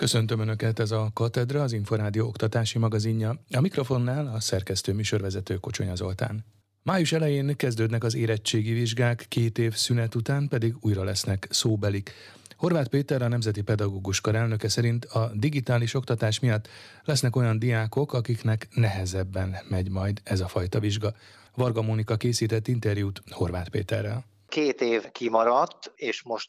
Köszöntöm Önöket, ez a Katedra, az Inforádió oktatási magazinja. A mikrofonnál a szerkesztő műsorvezető Kocsonya Zoltán. Május elején kezdődnek az érettségi vizsgák, 2 év szünet után pedig újra lesznek szóbelik. Horváth Péter, a Nemzeti Pedagógus Kar elnöke szerint a digitális oktatás miatt lesznek olyan diákok, akiknek nehezebben megy majd ez a fajta vizsga. Varga Mónika készített interjút Horváth Péterrel. 2 év kimaradt, és most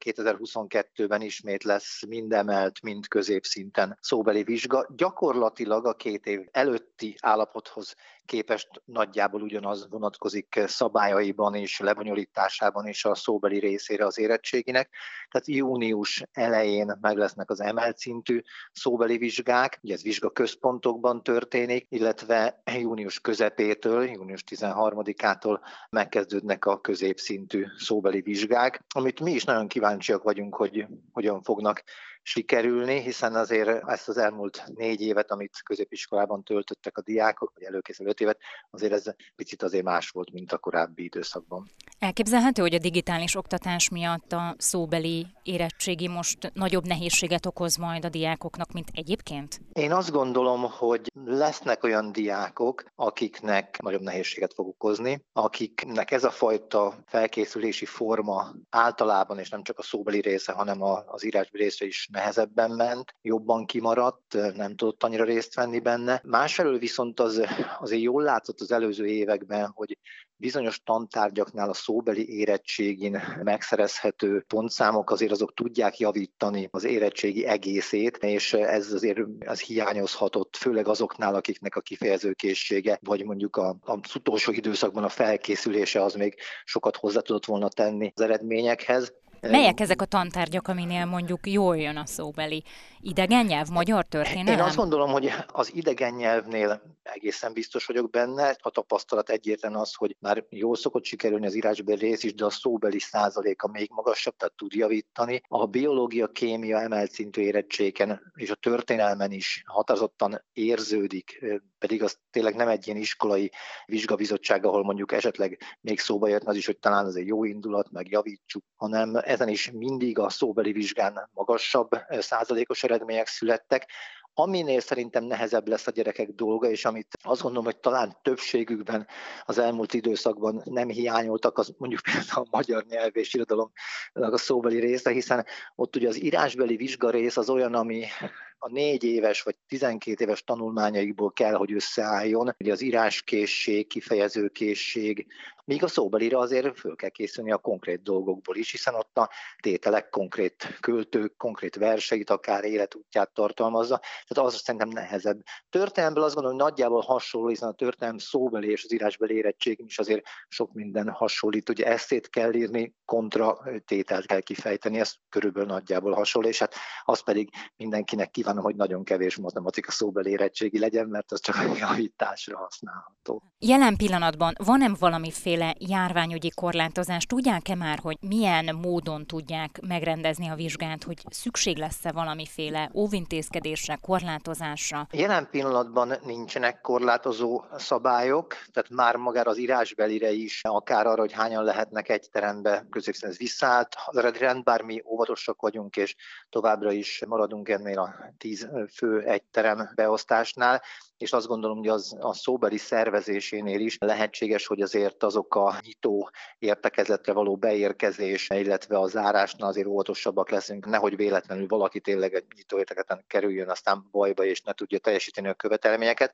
2022-ben ismét lesz mind emelt, mind középszinten szóbeli vizsga. Gyakorlatilag a 2 év előtti állapothoz képest nagyjából ugyanaz vonatkozik szabályaiban és lebonyolításában is a szóbeli részére az érettséginek. Tehát június elején meg lesznek az emelt szintű szóbeli vizsgák, ugye ez vizsgaközpontokban történik, illetve június közepétől, június 13-ától megkezdődnek a középszintű szóbeli vizsgák, amit mi is nagyon kíváncsiak vagyunk, hogy hogyan fognak sikerülni, hiszen azért ezt az elmúlt 4 évet, amit középiskolában töltöttek a diákok, vagy előkészülő 5 évet, azért ez picit azért más volt, mint a korábbi időszakban. Elképzelhető, hogy a digitális oktatás miatt a szóbeli érettségi most nagyobb nehézséget okoz majd a diákoknak, mint egyébként? Én azt gondolom, hogy lesznek olyan diákok, akiknek nagyobb nehézséget fog okozni, akiknek ez a fajta felkészülési forma általában, és nem csak a szóbeli része, hanem az írásbeli része is nehezebben ment, jobban kimaradt, nem tudott annyira részt venni benne. Másfelől viszont azért jól látszott az előző években, hogy bizonyos tantárgyaknál a szóbeli érettségin megszerezhető pontszámok azért azok tudják javítani az érettségi egészét, és ez azért hiányozhatott, főleg azoknál, akiknek a kifejezőkészsége, vagy mondjuk az utolsó időszakban a felkészülése az még sokat hozzá tudott volna tenni az eredményekhez. Melyek ezek a tantárgyak, aminél mondjuk jól jön a szóbeli? Idegen nyelv, magyar történelem? Én azt gondolom, hogy az idegen nyelvnél egészen biztos vagyok benne. A tapasztalat egyértelműen az, hogy már jól szokott sikerülni az írásbeli rész is, de a szóbeli százaléka még magasabb, tehát tud javítani. A biológia, kémia emelt szintű érettségen és a történelmen is határozottan érződik, pedig az tényleg nem egy ilyen iskolai vizsgabizottság, ahol mondjuk esetleg még szóba jött az is, hogy talán az egy jó indulat, meg javítsuk, hanem ezen is mindig a szóbeli vizsgán magasabb százalékos eredmények születtek. Aminél szerintem nehezebb lesz a gyerekek dolga, és amit azt gondolom, hogy talán többségükben az elmúlt időszakban nem hiányoltak, az mondjuk például a magyar nyelv és irodalomnak a szóbeli része, hiszen ott ugye az írásbeli vizsgarész az olyan, ami a 4 éves vagy 12 éves tanulmányaikból kell, hogy összeálljon. Ugye az íráskészség, kifejezőkészség, míg a szóbelire azért föl kell készülni a konkrét dolgokból is, hiszen ott a tételek konkrét költők, konkrét verseit, akár életútját tartalmazza. Tehát az szerintem nehezebb. Történelemből azt gondolom, hogy nagyjából hasonló, hiszen a történelem szóbeli és az írásbeli érettségén is azért sok minden hasonlít. Ugye esszét kell írni, kontra tételt kell kifejteni, ez körülbelül nagyjából hasonló, és hát az pedig mindenkinek kívánom, hogy nagyon kevés matematika szóbeli érettségi legyen, mert az csak a javításra használható. Jelen pillanatban van-e valamiféle járványügyi korlátozás? Tudják-e már, hogy milyen módon tudják megrendezni a vizsgát, hogy szükség lesz-e valamiféle óvintézkedésre, korlátozásra? Jelen pillanatban nincsenek korlátozó szabályok, tehát már magára az írásbelire is, akár arra, hogy hányan lehetnek egy terembe, középszinten ez visszaállt az eredeti rend, bár mi óvatosak vagyunk, és továbbra is maradunk ennél a 10 fő egy terem beosztásnál, és azt gondolom, hogy az a szóbeli szervezésénél is lehetséges, hogy azért azok a nyitó értekezletre való beérkezés, illetve a zárásnál azért óvatosabbak leszünk, nehogy véletlenül valaki tényleg egy nyitó értekezleten kerüljön aztán bajba, és ne tudja teljesíteni a követelményeket.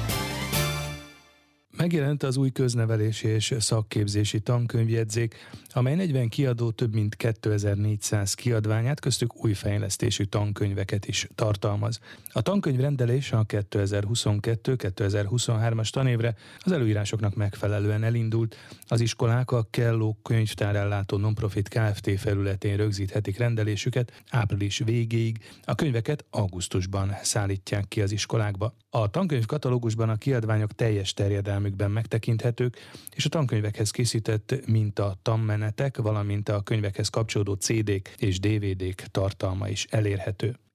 Megjelent az új köznevelési és szakképzési tankönyvjegyzék, amely 40 kiadó több mint 2400 kiadványát, köztük új fejlesztésű tankönyveket is tartalmaz. A tankönyvrendelés a 2022-2023-as tanévre az előírásoknak megfelelően elindult. Az iskolák a Kelló könyvtárellátó nonprofit Kft. Felületén rögzíthetik rendelésüket április végéig, a könyveket augusztusban szállítják ki az iskolákba. A tankönyvkatalógusban a kiadványok teljes terjedelmükben megtekinthetők, és a tankönyvekhez készített tanmenetek, valamint a könyvekhez kapcsolódó CD-k és DVD-k tartalma is elérhető.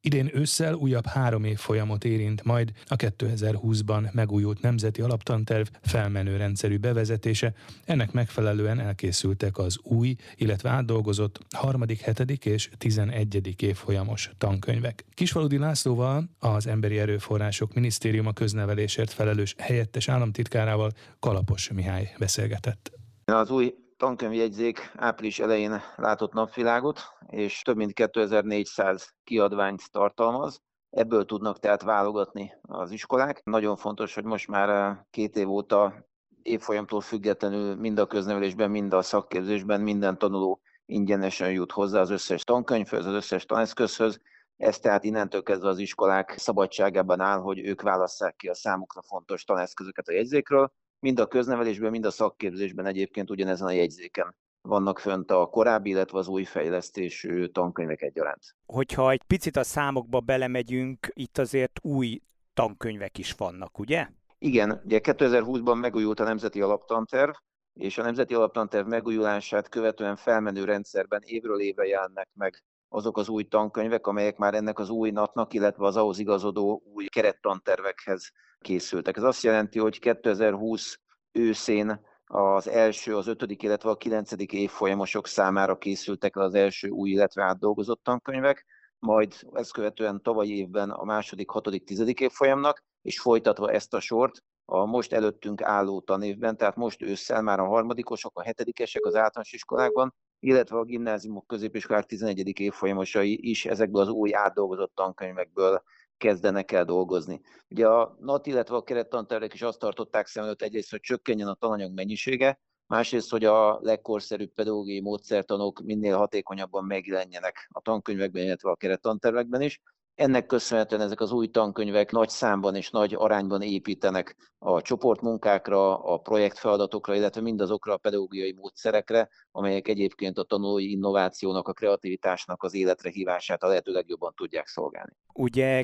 Idén ősszel újabb 3 évfolyamot érint majd a 2020-ban megújult nemzeti alaptanterv felmenő rendszerű bevezetése, ennek megfelelően elkészültek az új, illetve átdolgozott 3., 7. és 11. évfolyamos tankönyvek. Kisfaludy Lászlóval, az Emberi Erőforrások Minisztériuma köznevelésért felelős helyettes államtitkárával Kalapos Mihály beszélgetett. Az új tankönyvjegyzék április elején látott napvilágot, és több mint 2400 kiadványt tartalmaz. Ebből tudnak tehát válogatni az iskolák. Nagyon fontos, hogy most már 2 év óta évfolyamtól függetlenül mind a köznevelésben, mind a szakképzésben minden tanuló ingyenesen jut hozzá az összes tankönyvhöz, az összes taneszközhöz. Ez tehát innentől kezdve az iskolák szabadságában áll, hogy ők válasszák ki a számukra fontos taneszközöket a jegyzékről. Mind a köznevelésben, mind a szakképzésben egyébként ugyanezen a jegyzéken vannak fönt a korábbi, illetve az új fejlesztésű tankönyvek egyaránt. Hogyha egy picit a számokba belemegyünk, itt azért új tankönyvek is vannak, ugye? Igen, ugye 2020-ban megújult a Nemzeti Alaptanterv, és a Nemzeti Alaptanterv megújulását követően felmenő rendszerben évről évre jelennek meg azok az új tankönyvek, amelyek már ennek az új NAT-nak, illetve az ahhoz igazodó új kerettantervekhez készültek. Ez azt jelenti, hogy 2020 őszén az első, az 5., illetve a 9. évfolyamosok számára készültek az első új, illetve átdolgozott tankönyvek, majd ezt követően tavalyi évben a 2., 6., 10. évfolyamnak, és folytatva ezt a sort a most előttünk álló tanévben, tehát most ősszel már a 3., a 7. az általános iskolákban, illetve a gimnáziumok, középiskolák 11. évfolyamosai is ezekből az új átdolgozott tankönyvekből kezdenek el dolgozni. Ugye a NAT, illetve a kerettantervek is azt tartották szem előtt egyrészt, hogy csökkenjen a tananyag mennyisége, másrészt, hogy a legkorszerűbb pedagógiai módszertanok minél hatékonyabban megjelenjenek a tankönyvekben, illetve a kerettantervekben is. Ennek köszönhetően ezek az új tankönyvek nagy számban és nagy arányban építenek a csoportmunkákra, a projektfeladatokra, illetve mindazokra a pedagógiai módszerekre, amelyek egyébként a tanulói innovációnak, a kreativitásnak az életre hívását a lehető legjobban tudják szolgálni. Ugye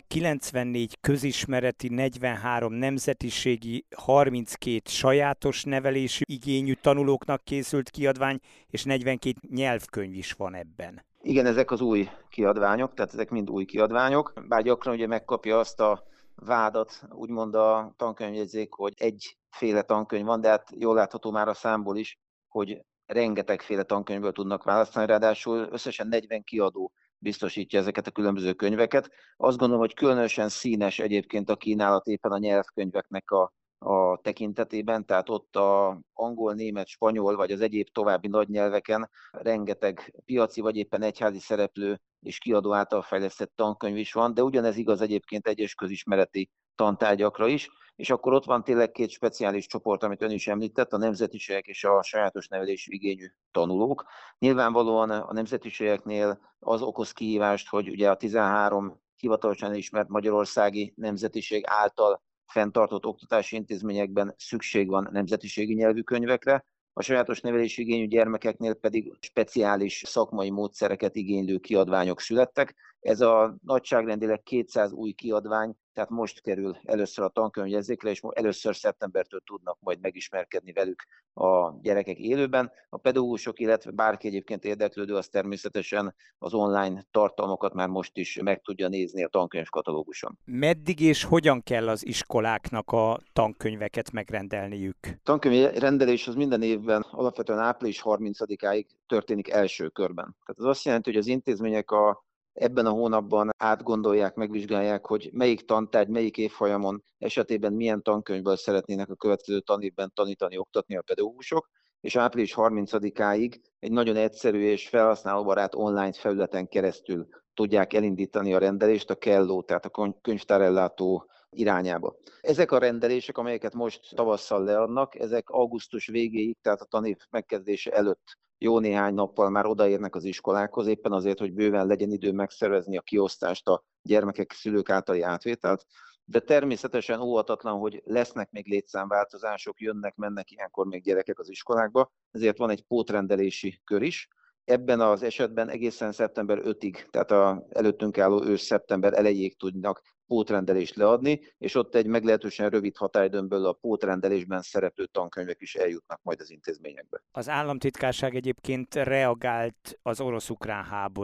94 közismereti, 43 nemzetiségi, 32 sajátos nevelésű igényű tanulóknak készült kiadvány, és 42 nyelvkönyv is van ebben. Igen, ezek az új kiadványok, tehát ezek mind új kiadványok, bár gyakran ugye megkapja azt a vádat, úgymond a tankönyvjegyzék, hogy egyféle tankönyv van, de hát jól látható már a számból is, hogy rengetegféle tankönyvből tudnak választani, ráadásul összesen 40 kiadó biztosítja ezeket a különböző könyveket. Azt gondolom, hogy különösen színes egyébként a kínálat éppen a nyelvkönyveknek a tekintetében, tehát ott a angol, német, spanyol vagy az egyéb további nagy nyelveken rengeteg piaci vagy éppen egyházi szereplő és kiadó által fejlesztett tankönyv is van, de ugyanez igaz egyébként egyes közismereti tantárgyakra is, és akkor ott van tényleg 2 speciális csoport, amit ön is említett, a nemzetiségek és a sajátos nevelésű igényű tanulók. Nyilvánvalóan a nemzetiségeknél az okoz kihívást, hogy ugye a 13 hivatalosan ismert magyarországi nemzetiség által fenntartott oktatási intézményekben szükség van nemzetiségi nyelvű könyvekre, a sajátos nevelési igényű gyermekeknél pedig speciális szakmai módszereket igénylő kiadványok születtek. Ez a nagyságrendileg 200 új kiadvány, tehát most kerül először a tankönyvjegyzékre, és először szeptembertől tudnak majd megismerkedni velük a gyerekek élőben. A pedagógusok, illetve bárki egyébként érdeklődő, az természetesen az online tartalmakat már most is meg tudja nézni a tankönyvkatalóguson. Meddig és hogyan kell az iskoláknak a tankönyveket megrendelniük? Tankönyvrendelés az minden évben alapvetően április 30-áig történik első körben. Tehát az azt jelenti, hogy az intézmények ebben a hónapban átgondolják, megvizsgálják, hogy melyik tantárgy, melyik évfolyamon esetében milyen tankönyvből szeretnének a következő tanévben tanítani, oktatni a pedagógusok, és április 30-áig egy nagyon egyszerű és felhasználóbarát online felületen keresztül tudják elindítani a rendelést a Kelló, tehát a könyvtárellátó irányába. Ezek a rendelések, amelyeket most tavasszal leadnak, ezek augusztus végéig, tehát a tanév megkezdése előtt jó néhány nappal már odaérnek az iskolákhoz, éppen azért, hogy bőven legyen idő megszervezni a kiosztást, a gyermekek, szülők általi átvételt. De természetesen óhatatlan, hogy lesznek még létszámváltozások, jönnek, mennek ilyenkor még gyerekek az iskolákba, ezért van egy pótrendelési kör is. Ebben az esetben egészen szeptember 5-ig, tehát az előttünk álló ősz-szeptember elejéig tudnak pótrendelést leadni, és ott egy meglehetősen rövid határidőn belül a pótrendelésben szereplő tankönyvek is eljutnak majd az intézményekbe. Az államtitkárság egyébként reagált az orosz-ukrán háború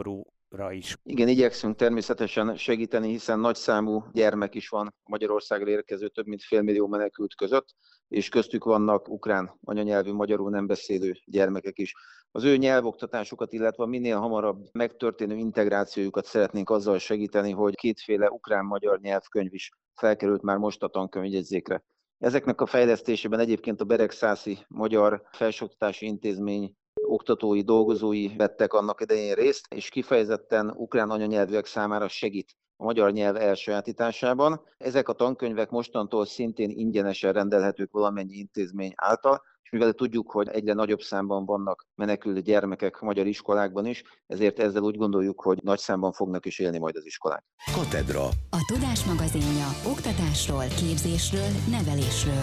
is. Igen, igyekszünk természetesen segíteni, hiszen nagyszámú gyermek is van Magyarországra érkező több mint 500 000 menekült között, és köztük vannak ukrán anyanyelvű, magyarul nem beszélő gyermekek is. Az ő nyelvoktatásukat, illetve minél hamarabb megtörténő integrációjukat szeretnénk azzal segíteni, hogy kétféle ukrán-magyar nyelvkönyv is felkerült már most a tankönyvjegyzékre. Ezeknek a fejlesztésében egyébként a Beregszászi Magyar Felsőoktatási Intézmény oktatói, dolgozói vettek annak idején részt, és kifejezetten ukrán anyanyelvűek számára segít a magyar nyelv elsajátításában. Ezek a tankönyvek mostantól szintén ingyenesen rendelhetők valamennyi intézmény által, és mivel tudjuk, hogy egyre nagyobb számban vannak menekült gyermekek magyar iskolákban is, ezért ezzel úgy gondoljuk, hogy nagy számban fognak is élni majd az iskolák. Katedra. A Tudás magazinja oktatásról, képzésről, nevelésről.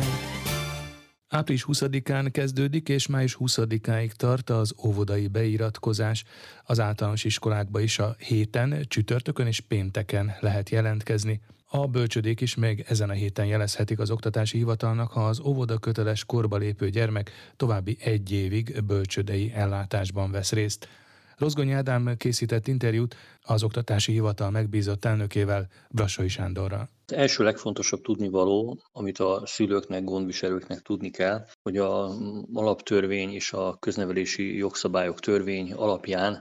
Április 20-án kezdődik és május 20-áig tart az óvodai beiratkozás. Az általános iskolákba is a héten, csütörtökön és pénteken lehet jelentkezni. A bölcsödék is még ezen a héten jelezhetik az oktatási hivatalnak, ha az óvoda köteles korba lépő gyermek további 1 évig bölcsödei ellátásban vesz részt. Rozgonyi Ádám készített interjút az oktatási hivatal megbízott elnökével, Brassai Sándorral. Az első legfontosabb tudnivaló, amit a szülőknek, gondviselőknek tudni kell, hogy az alaptörvény és a köznevelési jogszabályok törvény alapján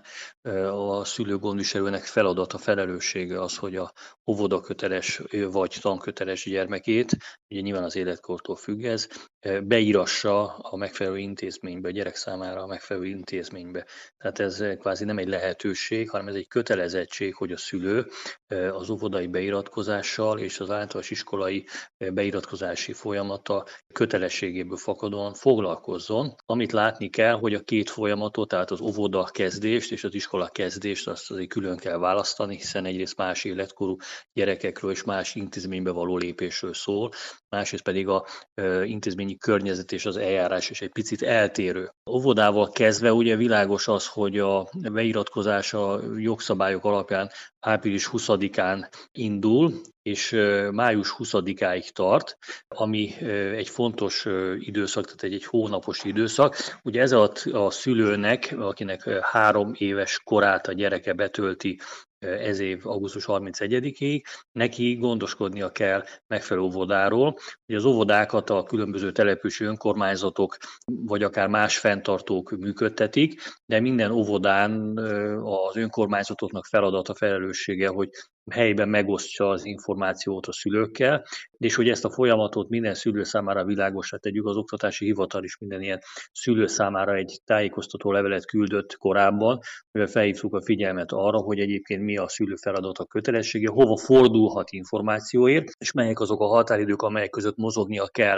a szülő gondviselőnek feladata, felelőssége az, hogy a óvodaköteles vagy tanköteles gyermekét, ugye nyilván az életkortól függ ez, beírassa a megfelelő intézménybe, a gyerek számára a megfelelő intézménybe. Tehát ez kvázi nem egy lehetőség, hanem ez egy kötelezettség, hogy a szülő az óvodai beiratkozással és az általános iskolai beiratkozási folyamata kötelességéből fakadóan foglalkozzon. Amit látni kell, hogy a két folyamatot, tehát az óvoda kezdést és az iskola kezdést azt azért külön kell választani, hiszen egyrészt más életkorú gyerekekről és más intézménybe való lépésről szól, másrészt pedig az intézményi környezet és az eljárás is egy picit eltérő. Óvodával kezdve ugye világos az, hogy a beiratkozás a jogszabályok alapján április 20-án indul, és május 20-áig tart, ami egy fontos időszak, tehát egy hónapos időszak. Ugye ez alatt a szülőnek, akinek 3 éves korát a gyereke betölti ez év augusztus 31-ig, neki gondoskodnia kell megfelelő óvodáról. Ugye az óvodákat a különböző települési önkormányzatok, vagy akár más fenntartók működtetik, de minden óvodán az önkormányzatoknak feladata, felelőssége, hogy helyben megosztja az információt a szülőkkel, és hogy ezt a folyamatot minden szülő számára világossá tegyük, az oktatási hivatal is minden ilyen szülő számára egy tájékoztató levelet küldött korábban, mivel felhívtuk a figyelmet arra, hogy egyébként mi a szülő feladata, kötelessége, hova fordulhat információért, és melyek azok a határidők, amelyek között mozognia kell.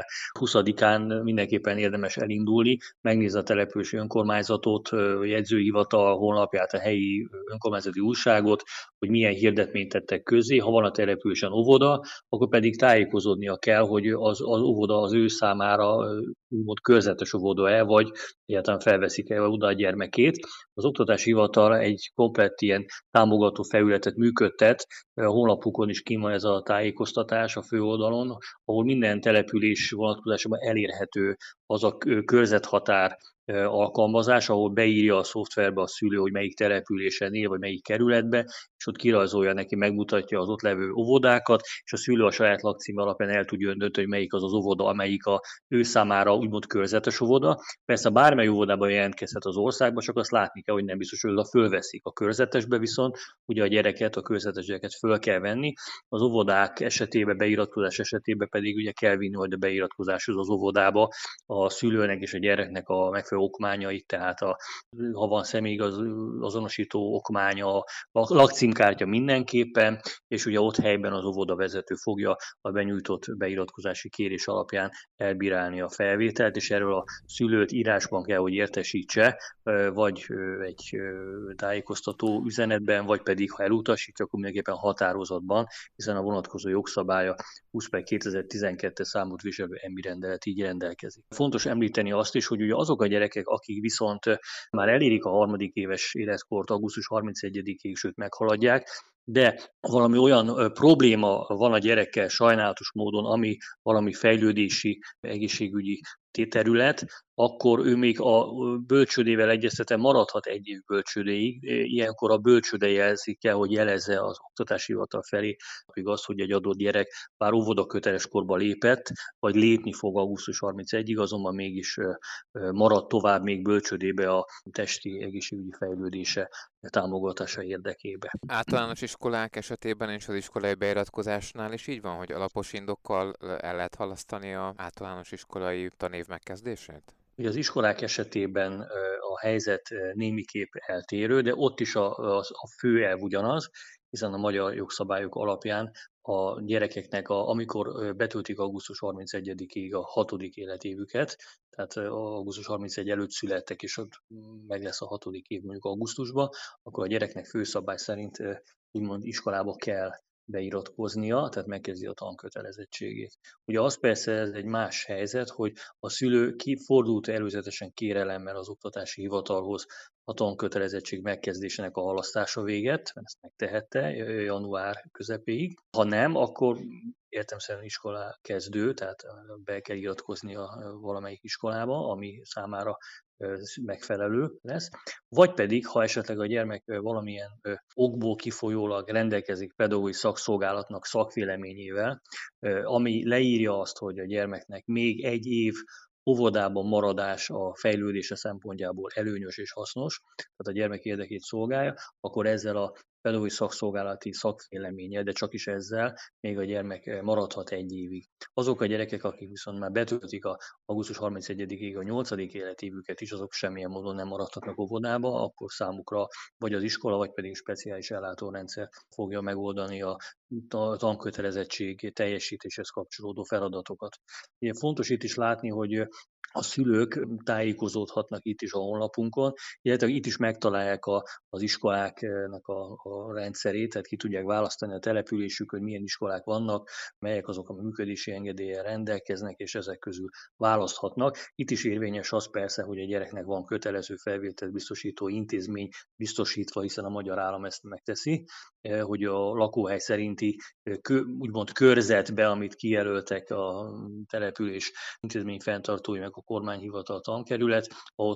20-án mindenképpen érdemes elindulni, megnézni a települési önkormányzatot, a jegyzőhivatal honlapját, a helyi önkormányzati újságot, hogy milyen hirdetményt tettek közzé, ha van a településen óvoda, akkor pedig tájékozódnia kell, hogy az óvoda az ő számára úgymond körzetes óvoda-e, vagy egyáltalán felveszik-e oda a gyermekét. Az oktatási hivatal egy komplett ilyen támogató felületet működtet, a honlapukon is kint van ez a tájékoztatás a főoldalon, ahol minden település vonatkozásában elérhető az a körzethatár alkalmazás, ahol beírja a szoftverbe a szülő, hogy melyik településen él, vagy melyik kerületbe, és ott kirajzolja neki, megmutatja az ott levő óvodákat, és a szülő a saját lakcíme alapján el tudja dönteni, hogy melyik az az óvoda, amelyik a ő számára úgymond körzetes óvoda. Persze bármely óvodában jelentkezhet az országban, csak azt látni kell, hogy nem biztos, hogy oda fölveszik. A körzetesbe viszont ugye a gyereket, a körzetes gyereket föl kell venni. Az óvodák esetében, beiratkozás esetében pedig ugye kell vinni majd a beiratkozáshoz az óvodába a szülőnek és a gyereknek a megfelelő okmányait, tehát ha van személyazonosító okmánya, a lakcímkártya mindenképpen, és ugye ott helyben az óvodavezető fogja a benyújtott beiratkozási kérés alapján elbírálni a felvételt, és erről a szülőt írásban kell, hogy értesítse, vagy egy tájékoztató üzenetben, vagy pedig ha elutasítja, akkor mindenképpen határozatban, hiszen a vonatkozó jogszabálya 20/2012 számot viselő EMI rendelet így rendelkezik. Fontos említeni azt is, hogy ugye azok a gyerekek, akik viszont már elérik a 3. éves életkort augusztus 31-ig, sőt meghaladják, de valami olyan probléma van a gyerekkel sajnálatos módon, ami valami fejlődési, egészségügyi terület, akkor ő még a bölcsődével egyeztetve maradhat egy év bölcsődéig. Ilyenkor a bölcsőde kell, hogy jelezze az oktatási hivatal felé azt, hogy egy adott gyerek bár óvodaköteles korba lépett, vagy lépni fog augusztus 31-ig, azonban mégis marad tovább még bölcsődébe a testi egészségügyi fejlődése támogatása érdekében. Általános iskolák esetében és az iskolai beiratkozásnál is így van, hogy alapos indokkal el lehet halasztani az általános iskolai tanév megkezdését? Ugye az iskolák esetében a helyzet némiképp eltérő, de ott is a fő elv ugyanaz, hiszen a magyar jogszabályok alapján a gyerekeknek, amikor betöltik augusztus 31-ig a 6. életévüket, tehát augusztus 31 előtt születtek, és ott meg lesz a 6. év mondjuk augusztusban, akkor a gyereknek főszabály szerint úgymond iskolába kell beiratkoznia, tehát megkezdi a tankötelezettségét. Ugye az persze ez egy más helyzet, hogy a szülő fordult előzetesen kérelemmel az oktatási hivatalhoz a tankötelezettség megkezdésének a halasztása véget, ezt megtehette január közepéig. Ha nem, akkor értelemszerűen iskola kezdő, tehát be kell iratkoznia valamelyik iskolába, ami számára megfelelő lesz, vagy pedig, ha esetleg a gyermek valamilyen okból kifolyólag rendelkezik pedagógiai szakszolgálatnak szakvéleményével, ami leírja azt, hogy a gyermeknek még egy év óvodában maradás a fejlődése szempontjából előnyös és hasznos, tehát a gyermek érdekét szolgálja, akkor ezzel a pedagógiai szakszolgálati szakvéleménnyel, de csak is ezzel még a gyermek maradhat egy évig. Azok a gyerekek, akik viszont már betöltik a augusztus 31-ig a 8. életévüket is, azok semmilyen módon nem maradhatnak óvodába, akkor számukra vagy az iskola, vagy pedig speciális ellátórendszer fogja megoldani a tankötelezettség teljesítéshez kapcsolódó feladatokat. Ugye fontos itt is látni, hogy a szülők tájékozódhatnak itt is a honlapunkon, illetve itt is megtalálják az iskoláknak a rendszerét, tehát ki tudják választani a településükön, milyen iskolák vannak, melyek azok, a működési engedéllyel rendelkeznek, és ezek közül választhatnak. Itt is érvényes az persze, hogy a gyereknek van kötelező felvételt biztosító intézmény biztosítva, hiszen a magyar állam ezt megteszi, hogy a lakóhely szerinti úgymond körzetbe, amit kijelöltek a település intézmény fenntartói, meg a kormányhivatal tankerület,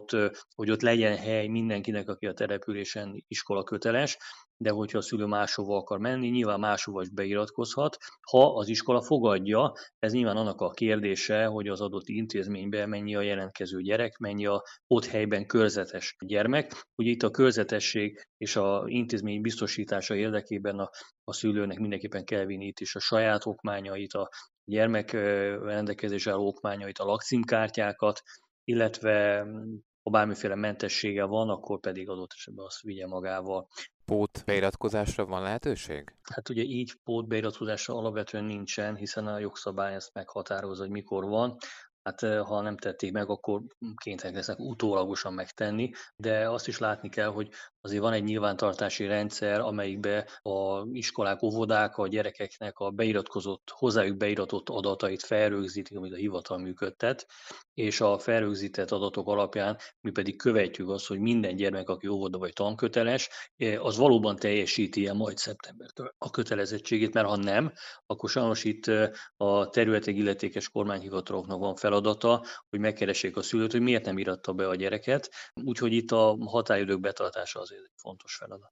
hogy ott legyen hely mindenkinek, aki a településen iskola köteles, de hogyha a szülő máshova akar menni, nyilván máshova is beiratkozhat. Ha az iskola fogadja, ez nyilván annak a kérdése, hogy az adott intézményben mennyi a jelentkező gyerek, mennyi a ott helyben körzetes gyermek. Ugye itt a körzetesség és az intézmény biztosítása érdekében a szülőnek mindenképpen kell vinni itt is a saját okmányait, a gyermek rendelkezésre álló okmányait, a lakcímkártyákat, illetve ha bármiféle mentessége van, akkor pedig adott esetben azt vigye magával. Pótbeiratkozásra van lehetőség? Hát ugye így pótbeiratkozásra alapvetően nincsen, hiszen a jogszabály ezt meghatározza, hogy mikor van. Hát ha nem tették meg, akkor kénytelenek lesznek utólagosan megtenni, de azt is látni kell, hogy azért van egy nyilvántartási rendszer, amelyikbe az iskolák, óvodák a gyerekeknek a hozzájuk beiratott adatait felrögzítik, amit a hivatal működtet, és a felrögzített adatok alapján mi pedig követjük azt, hogy minden gyermek, aki óvoda vagy tanköteles, az valóban teljesíti majd szeptembertől a kötelezettségét, mert ha nem, akkor sajnos itt a területileg illetékes kormányhivataloknak van feladata, hogy megkeressék a szülőt, hogy miért nem iratta be a gyereket, úgyhogy itt a határidők betartása azért egy fontos feladat.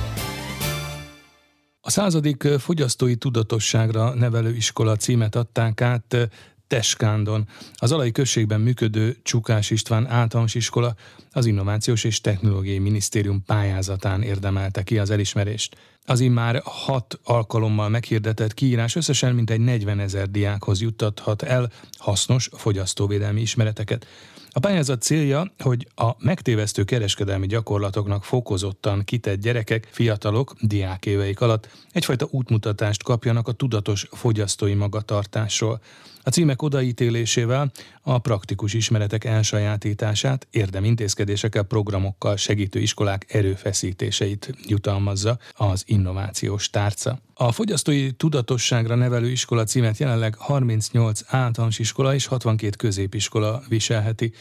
A 100. fogyasztói tudatosságra nevelő iskola címet adták át Teskándon. Az Alai községben működő Csukás István általános iskola az Innovációs és Technológiai Minisztérium pályázatán érdemelte ki az elismerést. Az immár 6 alkalommal meghirdetett kiírás összesen mintegy 40 000 diákhoz juttathat el hasznos fogyasztóvédelmi ismereteket. A pályázat célja, hogy a megtévesztő kereskedelmi gyakorlatoknak fokozottan kitett gyerekek, fiatalok diákéveik alatt egyfajta útmutatást kapjanak a tudatos fogyasztói magatartásról. A címek odaítélésével a praktikus ismeretek elsajátítását érdemintézkedésekkel, programokkal segítő iskolák erőfeszítéseit jutalmazza az innovációs tárca. A fogyasztói tudatosságra nevelő iskola címet jelenleg 38 általános iskola és 62 középiskola viselheti.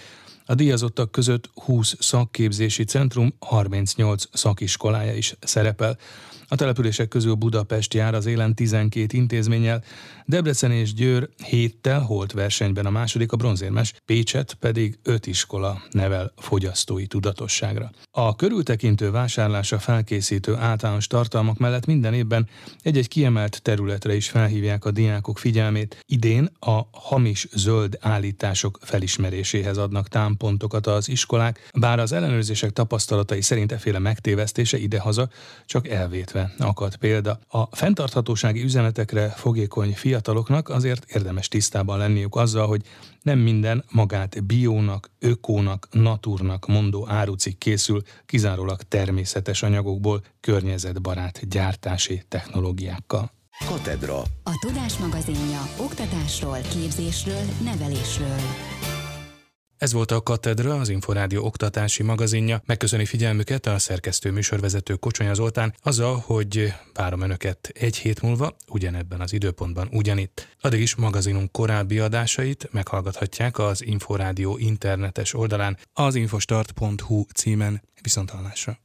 A díjazottak között 20 szakképzési centrum, 38 szakiskolája is szerepel. A települések közül Budapest jár az élen 12 intézménnyel, Debrecen és Győr 7-tel holt versenyben a második, a bronzérmes, Pécset pedig 5 iskola nevel fogyasztói tudatosságra. A körültekintő vásárlásra felkészítő általános tartalmak mellett minden évben egy-egy kiemelt területre is felhívják a diákok figyelmét. Idén a hamis zöld állítások felismeréséhez adnak támpontokat az iskolák, bár az ellenőrzések tapasztalatai szerint efféle megtévesztése idehaza csak elvétve akad példa. A fenntarthatósági üzenetekre fogékony fiataloknak azért érdemes tisztában lenniük azzal, hogy nem minden magát biónak, ökónak, naturnak mondó árucikk készül kizárólag természetes anyagokból, környezetbarát gyártási technológiákkal. Katedra. A Tudás magazinja oktatásról, képzésről, nevelésről. Ez volt a Katedra, az Inforádió oktatási magazinja. Megköszöni figyelmüket a szerkesztő műsorvezető Kocsonya Zoltán azzal, hogy várom önöket egy hét múlva, ugyanebben az időpontban ugyanitt. Addig is magazinunk korábbi adásait meghallgathatják az Inforádió internetes oldalán, az infostart.hu címen. Viszonthallásra.